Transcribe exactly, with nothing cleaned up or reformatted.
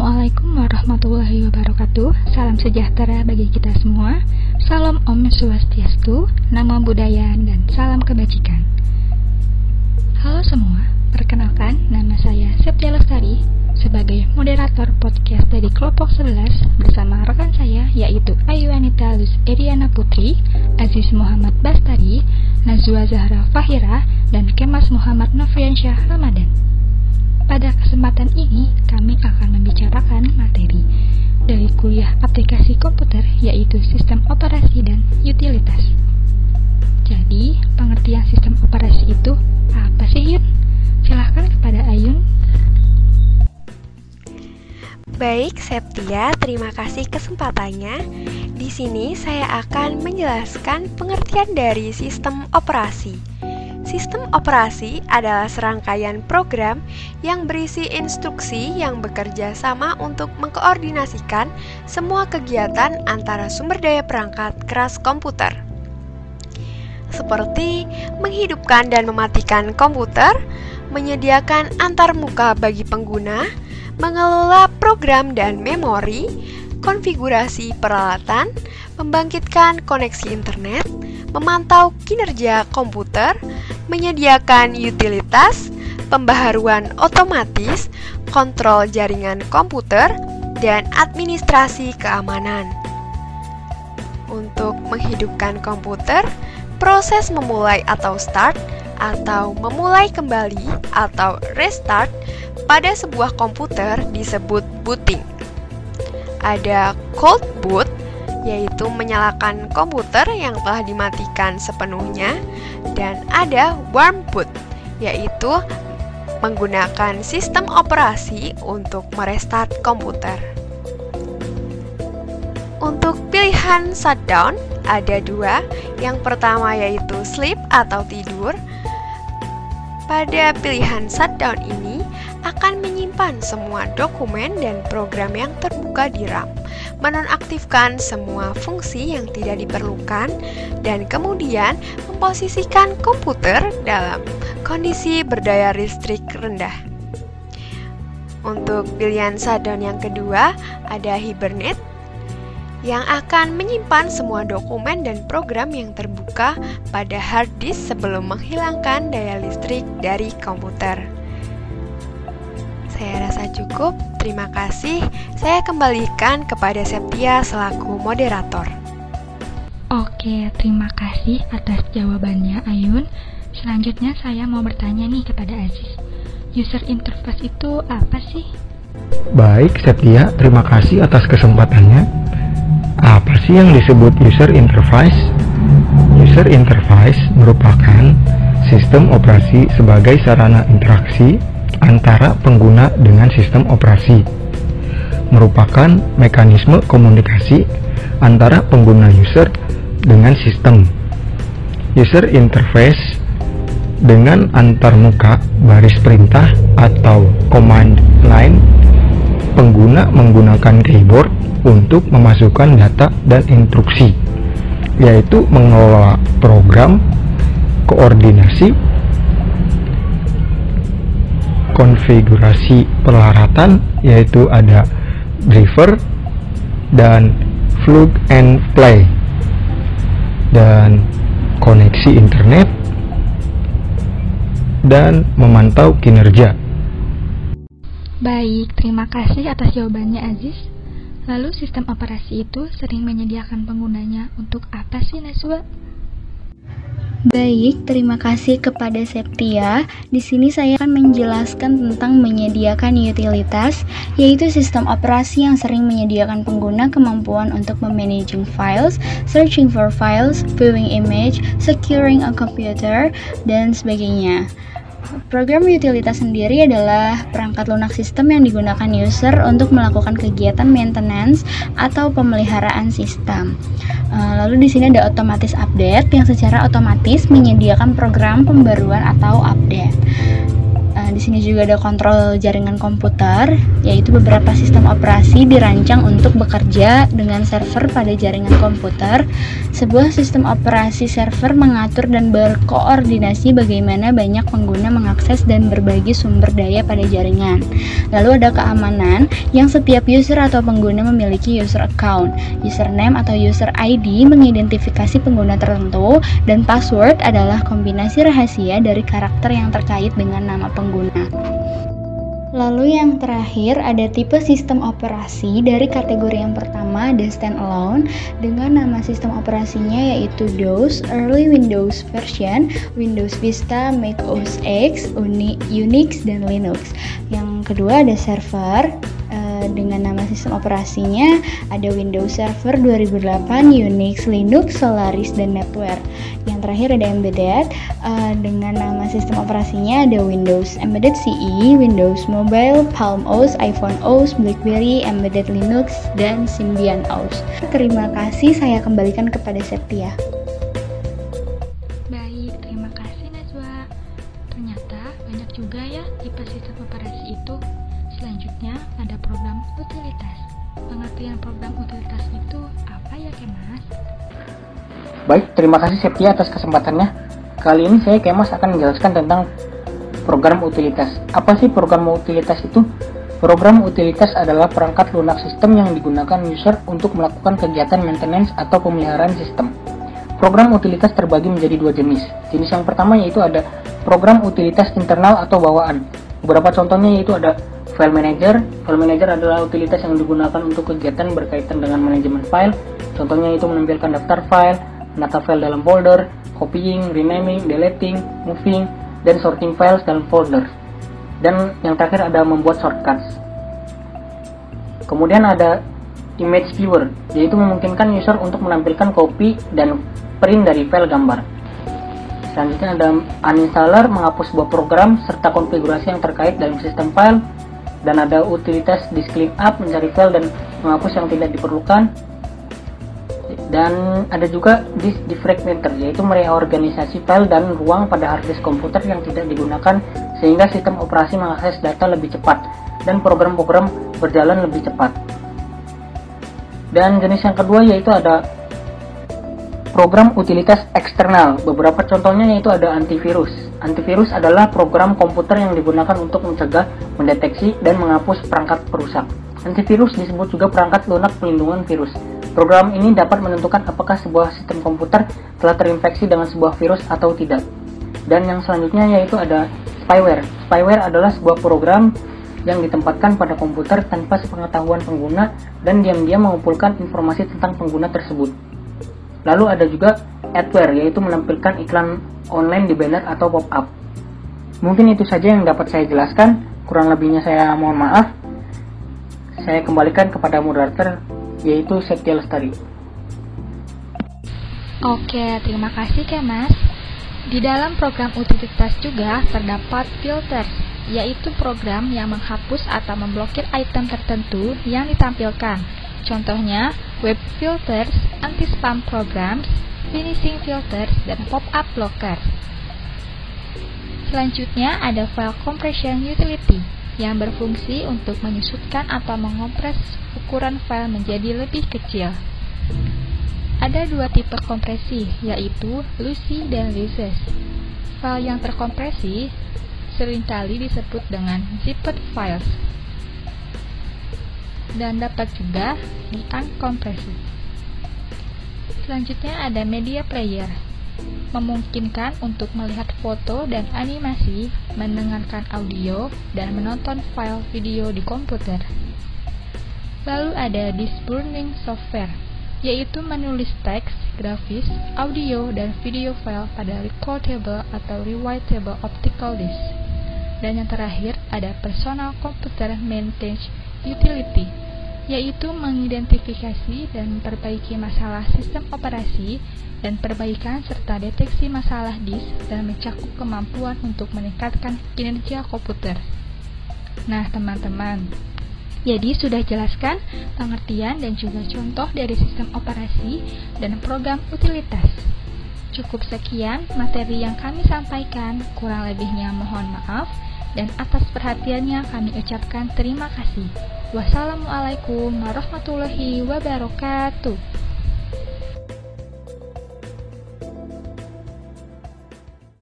Assalamualaikum warahmatullahi wabarakatuh. Salam sejahtera bagi kita semua. Salam Om Swastiastu, Namo Buddhaya, dan salam kebajikan. Halo semua, perkenalkan nama saya Septia Lestari sebagai moderator podcast dari kelompok sebelas bersama rekan saya yaitu Ayu Anita Luz Ediana Putri, Aziz Muhammad Bastari, Nazwa Zahra Fahira, dan Kemas Muhammad Nofriansyah Ramadan. Pada kesempatan ini, kami akan membicarakan materi dari kuliah aplikasi komputer, yaitu sistem operasi dan utilitas. Jadi, pengertian sistem operasi itu apa sih, Yun? Silahkan kepada Ayun. Baik, Septia, terima kasih kesempatannya. Di sini saya akan menjelaskan pengertian dari sistem operasi. Sistem operasi adalah serangkaian program yang berisi instruksi yang bekerja sama untuk mengkoordinasikan semua kegiatan antara sumber daya perangkat keras komputer. Seperti menghidupkan dan mematikan komputer, menyediakan antarmuka bagi pengguna, mengelola program dan memori, konfigurasi peralatan, membangkitkan koneksi internet, memantau kinerja komputer, menyediakan utilitas, pembaharuan otomatis, kontrol jaringan komputer, dan administrasi keamanan. Untuk menghidupkan komputer, proses memulai atau start, atau memulai kembali atau restart pada sebuah komputer disebut booting. Ada cold boot, yaitu menyalakan komputer yang telah dimatikan sepenuhnya, dan ada warm boot, yaitu menggunakan sistem operasi untuk merestart komputer. Untuk pilihan shutdown ada dua. Yang pertama yaitu sleep atau tidur. Pada pilihan shutdown ini akan menyimpan semua dokumen dan program yang terbuka di RAM, menonaktifkan semua fungsi yang tidak diperlukan, dan kemudian memposisikan komputer dalam kondisi berdaya listrik rendah. Untuk pilihan shutdown yang kedua ada hibernate, yang akan menyimpan semua dokumen dan program yang terbuka pada hard disk sebelum menghilangkan daya listrik dari komputer. Saya rasa cukup, terima kasih. Saya kembalikan kepada Septia selaku moderator. Oke, terima kasih atas jawabannya, Ayun. Selanjutnya saya mau bertanya nih kepada Aziz. User interface itu apa sih? Baik, Septia, terima kasih atas kesempatannya. Apa sih yang disebut user interface? User interface merupakan sistem operasi sebagai sarana interaksi antara pengguna dengan sistem operasi, merupakan mekanisme komunikasi antara pengguna user dengan sistem. User interface dengan antarmuka baris perintah atau command line, pengguna menggunakan keyboard untuk memasukkan data dan instruksi, yaitu mengelola program, koordinasi, konfigurasi peralatan, yaitu ada driver dan plug and play, dan koneksi internet, dan memantau kinerja. Baik, terima kasih atas jawabannya, Aziz. Lalu sistem operasi itu sering menyediakan penggunanya untuk apa sih, Nazwa? Baik, terima kasih kepada Septia. Di sini saya akan menjelaskan tentang menyediakan utilitas, yaitu sistem operasi yang sering menyediakan pengguna kemampuan untuk memanaging files, searching for files, viewing image, securing a computer, dan sebagainya. Program utilitas sendiri adalah perangkat lunak sistem yang digunakan user untuk melakukan kegiatan maintenance atau pemeliharaan sistem. Lalu di sini ada otomatis update yang secara otomatis menyediakan program pembaruan atau update. Nah, di sini juga ada kontrol jaringan komputer, yaitu beberapa sistem operasi dirancang untuk bekerja dengan server pada jaringan komputer. Sebuah sistem operasi server mengatur dan berkoordinasi bagaimana banyak pengguna mengakses dan berbagi sumber daya pada jaringan. Lalu ada keamanan, yang setiap user atau pengguna memiliki user account. Username atau user I D mengidentifikasi pengguna tertentu, dan password adalah kombinasi rahasia dari karakter yang terkait dengan nama pengguna. Lalu yang terakhir ada tipe sistem operasi. Dari kategori yang pertama ada standalone dengan nama sistem operasinya yaitu DOS, Early Windows Version, Windows Vista, Mac O S X, Unix, dan Linux. Yang kedua ada server dengan nama sistem operasinya ada Windows Server dua ribu delapan, Unix, Linux, Solaris, dan NetWare. Yang terakhir ada embedded uh, dengan nama sistem operasinya ada Windows Embedded C E, Windows Mobile, Palm O S, iPhone O S, BlackBerry, Embedded Linux, dan Symbian O S. Terima kasih, saya kembalikan kepada Septia. Baik, terima kasih Najwa. Ternyata banyak juga ya tipe sistem operasi itu. Selanjutnya ada program utilitas. Pengertian program utilitas itu apa ya, Kemas? Baik, terima kasih Septia atas kesempatannya. Kali ini saya Kemas akan menjelaskan tentang program utilitas. Apa sih program utilitas itu? Program utilitas adalah perangkat lunak sistem yang digunakan user untuk melakukan kegiatan maintenance atau pemeliharaan sistem. Program utilitas terbagi menjadi dua jenis. Jenis yang pertama yaitu ada program utilitas internal atau bawaan. Beberapa contohnya yaitu ada File Manager. File Manager adalah utilitas yang digunakan untuk kegiatan berkaitan dengan manajemen file. Contohnya itu menampilkan daftar file, menata file dalam folder, copying, renaming, deleting, moving, dan sorting files dalam folder. Dan yang terakhir ada membuat shortcuts. Kemudian ada Image Viewer, yaitu memungkinkan user untuk menampilkan copy dan print dari file gambar. Selanjutnya ada Uninstaller, menghapus sebuah program serta konfigurasi yang terkait dalam sistem file. Dan ada utilitas Disk Cleanup, mencari file dan menghapus yang tidak diperlukan. Dan ada juga Disk Defragmenter, yaitu mereorganisasi file dan ruang pada hard disk komputer yang tidak digunakan sehingga sistem operasi mengakses data lebih cepat dan program-program berjalan lebih cepat. Dan jenis yang kedua yaitu ada program utilitas eksternal. Beberapa contohnya yaitu ada antivirus. Antivirus adalah program komputer yang digunakan untuk mencegah, mendeteksi, dan menghapus perangkat perusak. Antivirus disebut juga perangkat lunak pelindungan virus. Program ini dapat menentukan apakah sebuah sistem komputer telah terinfeksi dengan sebuah virus atau tidak. Dan yang selanjutnya yaitu ada spyware. Spyware adalah sebuah program yang ditempatkan pada komputer tanpa sepengetahuan pengguna dan diam-diam mengumpulkan informasi tentang pengguna tersebut. Lalu ada juga adware, yaitu menampilkan iklan online di banner atau pop-up. Mungkin itu saja yang dapat saya jelaskan, kurang lebihnya saya mohon maaf. Saya kembalikan kepada moderator, yaitu Septia Lestari. Oke, terima kasih Kemas. Di dalam program utilitas juga terdapat filters, yaitu program yang menghapus atau memblokir item tertentu yang ditampilkan. Contohnya, web filters, anti-spam programs, finishing filters, dan pop-up blocker. Selanjutnya ada file compression utility yang berfungsi untuk menyusutkan atau mengompres ukuran file menjadi lebih kecil. Ada dua tipe kompresi, yaitu lossy dan lossless. File yang terkompresi seringkali disebut dengan zipped files dan dapat juga di uncompressed. Selanjutnya ada media player, memungkinkan untuk melihat foto dan animasi, mendengarkan audio, dan menonton file video di komputer. Lalu ada disk burning software, yaitu menulis teks, grafis, audio, dan video file pada recordable atau rewritable optical disk. Dan yang terakhir ada personal computer maintenance utility, yaitu mengidentifikasi dan memperbaiki masalah sistem operasi dan perbaikan serta deteksi masalah disk dan mencakup kemampuan untuk meningkatkan kinerja komputer. Nah teman-teman, jadi sudah jelaskan pengertian dan juga contoh dari sistem operasi dan program utilitas. Cukup sekian materi yang kami sampaikan, kurang lebihnya mohon maaf. dan atas perhatiannya kami ucapkan terima kasih. Wassalamualaikum warahmatullahi wabarakatuh.